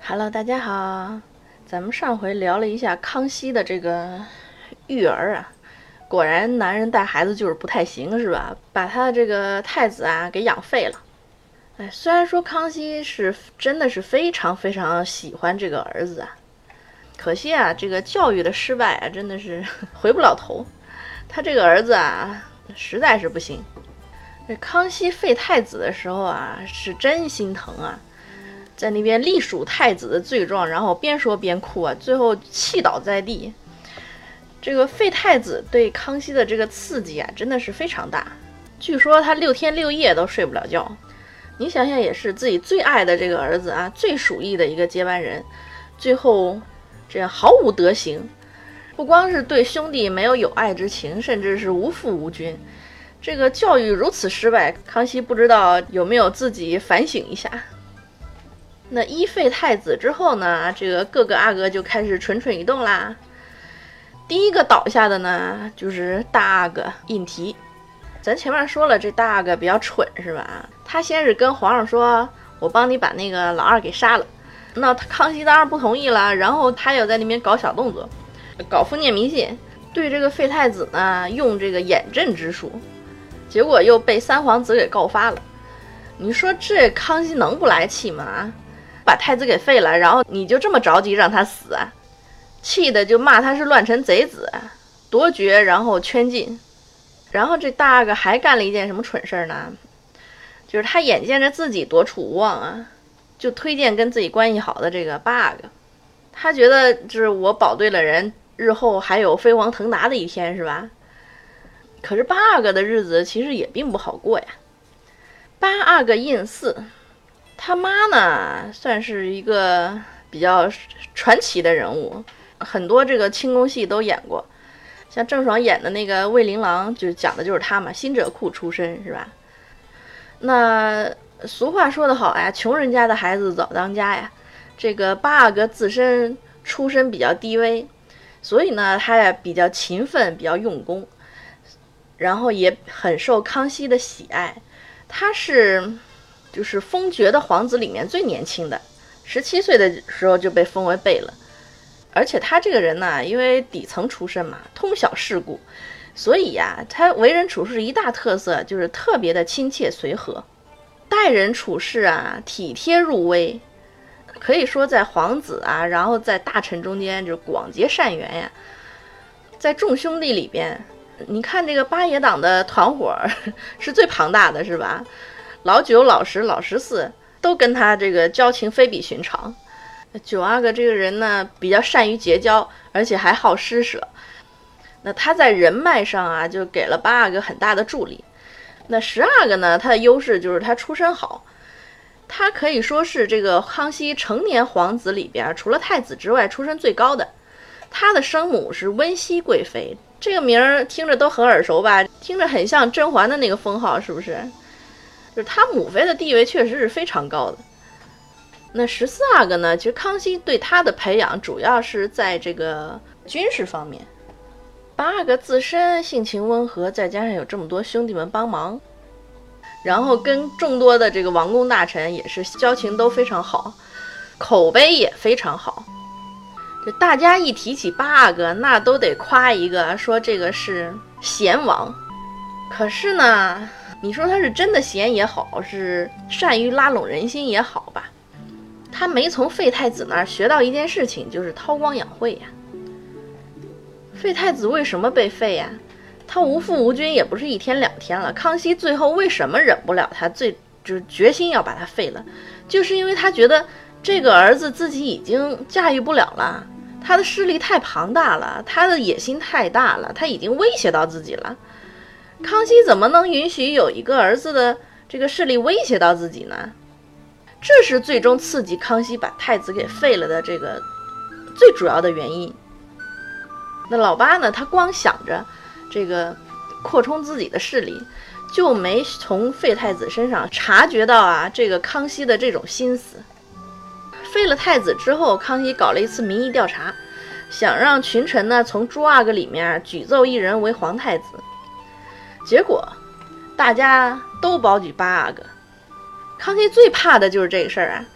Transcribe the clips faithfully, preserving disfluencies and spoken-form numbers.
Hello，大家好。咱们上回聊了一下康熙的这个育儿啊，果然男人带孩子就是不太行，是吧？把他的这个太子啊给养废了。哎，虽然说康熙是真的是非常非常喜欢这个儿子啊，可惜啊，这个教育的失败啊，真的是回不了头。他这个儿子啊，实在是不行。这康熙废太子的时候啊，是真心疼啊。在那边隶属太子的罪状，然后边说边哭啊，最后气倒在地。这个废太子对康熙的这个刺激啊，真的是非常大。据说他六天六夜都睡不了觉。你想想，也是自己最爱的这个儿子啊，最属意的一个接班人，最后这样毫无德行，不光是对兄弟没有友爱之情，甚至是无父无君。这个教育如此失败，康熙不知道有没有自己反省一下。那一废太子之后呢，这个各个阿哥就开始蠢蠢欲动啦。第一个倒下的呢，就是大阿哥胤禔。咱前面说了，这大阿哥比较蠢，是吧？他先是跟皇上说，我帮你把那个老二给杀了。那康熙当然不同意了，然后他又在那边搞小动作，搞封建迷信，对这个废太子呢用这个眼阵之术，结果又被三皇子给告发了。你说这康熙能不来气吗？把太子给废了，然后你就这么着急让他死啊？气的就骂他是乱臣贼子，夺爵然后圈禁。然后这大阿哥还干了一件什么蠢事呢？就是他眼见着自己夺储无望啊，就推荐跟自己关系好的这个八阿哥。他觉得就是我保对了人，日后还有飞黄腾达的一天，是吧？可是八阿哥的日子其实也并不好过呀。八阿哥胤祀，他妈呢算是一个比较传奇的人物，很多这个清宫戏都演过，像郑爽演的那个魏琳琅就讲的就是他嘛，新者库出身，是吧？那俗话说得好呀，穷人家的孩子早当家呀。这个八阿哥自身出身比较低微，所以呢他也比较勤奋，比较用功，然后也很受康熙的喜爱。他是就是封爵的皇子里面最年轻的，十七岁的时候就被封为贝勒。而且他这个人呢，因为底层出身嘛，通晓世故，所以呀，他为人处事一大特色就是特别的亲切随和，待人处事啊体贴入微，可以说在皇子啊，然后在大臣中间就广结善缘呀。在众兄弟里边，你看这个八爷党的团伙是最庞大的，是吧？老九、老十、老十四都跟他这个交情非比寻常。九阿哥这个人呢，比较善于结交，而且还好施舍。那他在人脉上啊，就给了八阿哥很大的助力。那十阿哥呢，他的优势就是他出身好，他可以说是这个康熙成年皇子里边，除了太子之外，出身最高的。他的生母是温熹贵妃，这个名儿听着都很耳熟吧？听着很像甄嬛的那个封号，是不是？就是他母妃的地位确实是非常高的。那十四阿哥呢，其实康熙对他的培养主要是在这个军事方面。八阿哥自身性情温和，再加上有这么多兄弟们帮忙，然后跟众多的这个王公大臣也是交情都非常好，口碑也非常好。就大家一提起八阿哥，那都得夸一个，说这个是贤王。可是呢，你说他是真的贤也好，是善于拉拢人心也好吧，他没从废太子那儿学到一件事情，就是韬光养晦呀。废太子为什么被废呀？他无父无君也不是一天两天了。康熙最后为什么忍不了他，最就是决心要把他废了，就是因为他觉得这个儿子自己已经驾驭不了了，他的势力太庞大了，他的野心太大了，他已经威胁到自己了。康熙怎么能允许有一个儿子的这个势力威胁到自己呢？这是最终刺激康熙把太子给废了的这个最主要的原因。那老八呢，他光想着这个扩充自己的势力，就没从废太子身上察觉到啊这个康熙的这种心思。废了太子之后，康熙搞了一次民意调查，想让群臣呢从诸阿哥里面举奏一人为皇太子，结果大家都保举八阿哥。康熙最怕的就是这个事儿啊，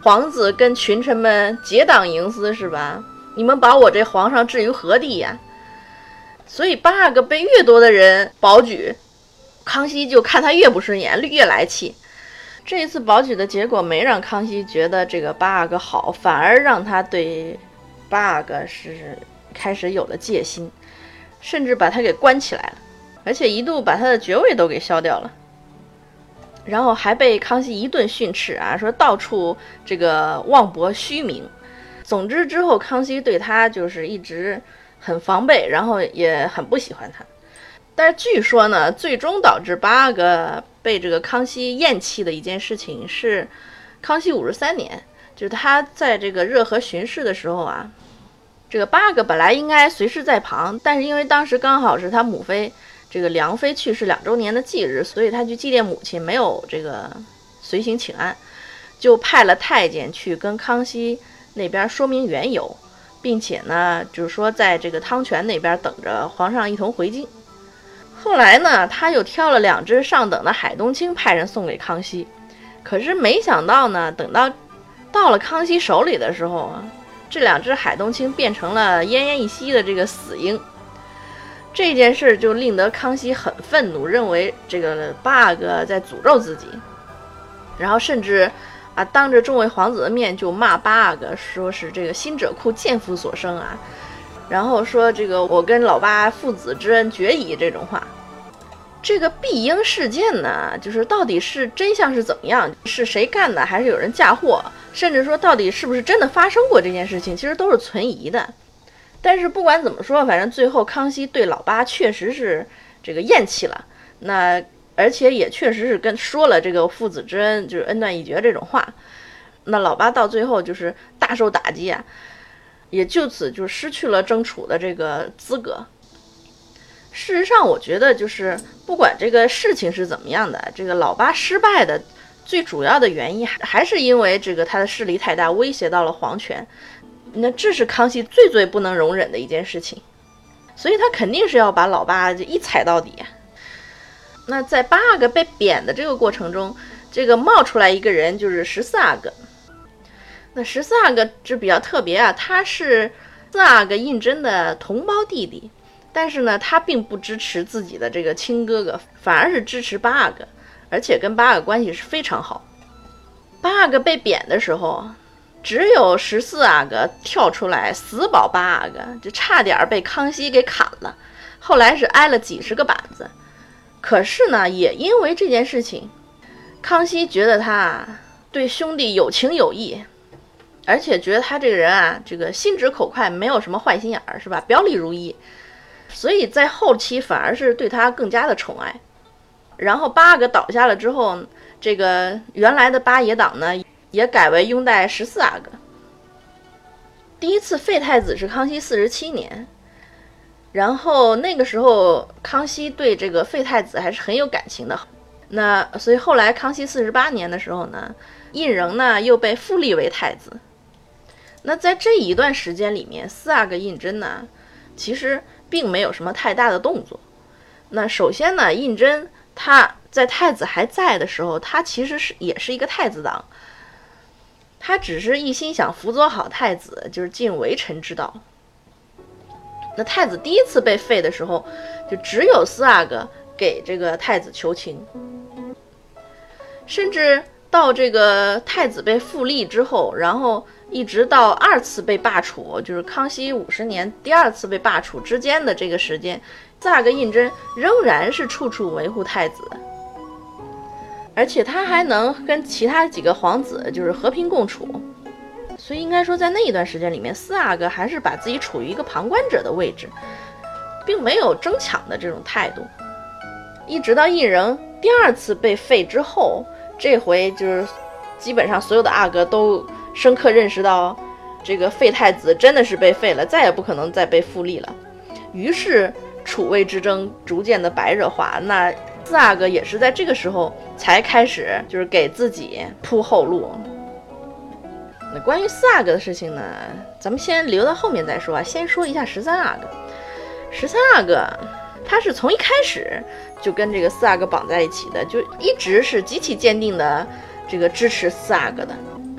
皇子跟群臣们结党营私是吧？你们把我这皇上置于何地呀？所以八阿哥被越多的人保举，康熙就看他越不顺眼，越来气。这一次保举的结果没让康熙觉得这个八阿哥好，反而让他对八阿哥是开始有了戒心，甚至把他给关起来了，而且一度把他的爵位都给削掉了。然后还被康熙一顿训斥啊，说到处这个妄博虚名。总之之后康熙对他就是一直很防备，然后也很不喜欢他。但是据说呢，最终导致八阿哥被这个康熙厌弃的一件事情是康熙五十三年，就是他在这个热河巡视的时候啊，这个八阿哥本来应该随侍在旁，但是因为当时刚好是他母妃这个梁妃去世两周年的忌日，所以他去祭奠母亲，没有这个随行请安，就派了太监去跟康熙那边说明缘由，并且呢就是说在这个汤泉那边等着皇上一同回京。后来呢他又挑了两只上等的海东青派人送给康熙，可是没想到呢，等到到了康熙手里的时候啊，这两只海东青变成了奄奄一息的这个死鹰。这件事就令得康熙很愤怒，认为这个八阿哥在诅咒自己，然后甚至啊当着众位皇子的面就骂八阿哥，说是这个心者酷，贱妇所生啊，然后说这个我跟老八父子之恩绝矣这种话。这个碧鹰事件呢，就是到底是真相是怎么样，是谁干的，还是有人嫁祸，甚至说到底是不是真的发生过这件事情，其实都是存疑的。但是不管怎么说，反正最后康熙对老八确实是这个厌弃了，那而且也确实是跟说了这个父子之恩就是恩断义绝这种话，那老八到最后就是大受打击啊，也就此就失去了争储的这个资格。事实上我觉得就是不管这个事情是怎么样的，这个老八失败的最主要的原因还是因为这个他的势力太大，威胁到了皇权，那这是康熙最最不能容忍的一件事情，所以他肯定是要把老八一踩到底。那在八阿哥被贬的这个过程中，这个冒出来一个人就是十四阿哥。那十四阿哥这比较特别啊，他是四阿哥胤禛的同胞弟弟，但是呢他并不支持自己的这个亲哥哥，反而是支持八阿哥，而且跟八阿哥关系是非常好。八阿哥被贬的时候，只有十四阿哥跳出来死保八阿哥，就差点被康熙给砍了，后来是挨了几十个板子。可是呢也因为这件事情，康熙觉得他对兄弟有情有义，而且觉得他这个人啊，这个心直口快，没有什么坏心眼儿，是吧？表里如一，所以在后期反而是对他更加的宠爱。然后八阿哥倒下了之后，这个原来的八爷党呢也改为拥戴十四阿哥。第一次废太子是康熙四十七年，然后那个时候康熙对这个废太子还是很有感情的。那所以后来康熙四十八年的时候呢，胤禛呢又被复立为太子。那在这一段时间里面，四阿哥胤禛呢其实并没有什么太大的动作。那首先呢，胤禛他在太子还在的时候，他其实是也是一个太子党，他只是一心想辅佐好太子，就是尽为臣之道。那太子第一次被废的时候，就只有四阿哥给这个太子求情，甚至到这个太子被复立之后，然后一直到二次被罢黜，就是康熙五十年第二次被罢黜之间的这个时间，四阿哥胤禛仍然是处处维护太子，而且他还能跟其他几个皇子就是和平共处。所以应该说在那一段时间里面，四阿哥还是把自己处于一个旁观者的位置，并没有争抢的这种态度。一直到胤禛第二次被废之后，这回就是基本上所有的阿哥都深刻认识到这个废太子真的是被废了，再也不可能再被复立了，于是储位之争逐渐的白热化。那四阿哥也是在这个时候才开始就是给自己铺后路。那关于四阿哥的事情呢，咱们先留到后面再说啊。先说一下十三阿哥。十三阿哥他是从一开始就跟这个四阿哥绑在一起的，就一直是极其坚定的这个支持四阿哥的。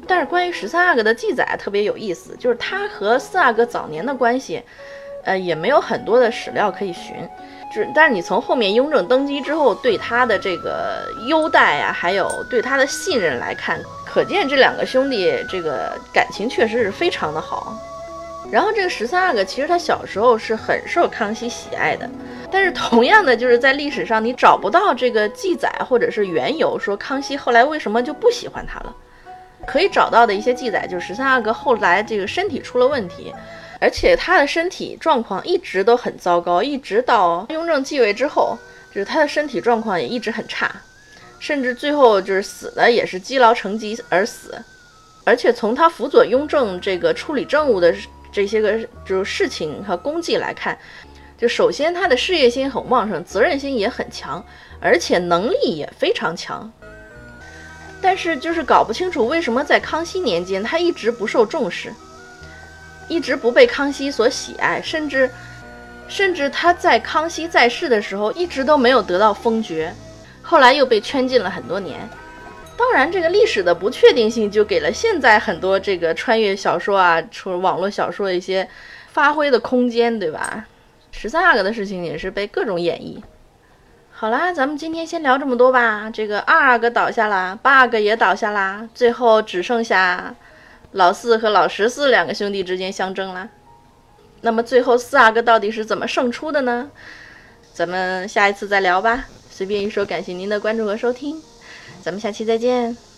但是关于十三阿哥的记载特别有意思，就是他和四阿哥早年的关系，呃，也没有很多的史料可以寻。就是但是你从后面雍正登基之后对他的这个优待啊，还有对他的信任来看，可见这两个兄弟这个感情确实是非常的好。然后这个十三阿哥其实他小时候是很受康熙喜爱的，但是同样的就是在历史上你找不到这个记载或者是缘由说康熙后来为什么就不喜欢他了。可以找到的一些记载就是十三阿哥后来这个身体出了问题，而且他的身体状况一直都很糟糕，一直到雍正继位之后，就是他的身体状况也一直很差，甚至最后就是死的也是积劳成疾而死。而且从他辅佐雍正这个处理政务的这些个就是事情和功绩来看，就首先他的事业心很旺盛，责任心也很强，而且能力也非常强。但是就是搞不清楚为什么在康熙年间他一直不受重视，一直不被康熙所喜爱，甚至甚至他在康熙在世的时候一直都没有得到封爵，后来又被圈禁了很多年。当然这个历史的不确定性就给了现在很多这个穿越小说啊，除网络小说一些发挥的空间，对吧？十三阿哥的事情也是被各种演绎。好啦，咱们今天先聊这么多吧。这个二阿哥倒下啦，八阿哥也倒下啦，最后只剩下老四和老十四两个兄弟之间相争啦。那么最后四阿哥到底是怎么胜出的呢？咱们下一次再聊吧。随便一说，感谢您的关注和收听，咱们下期再见。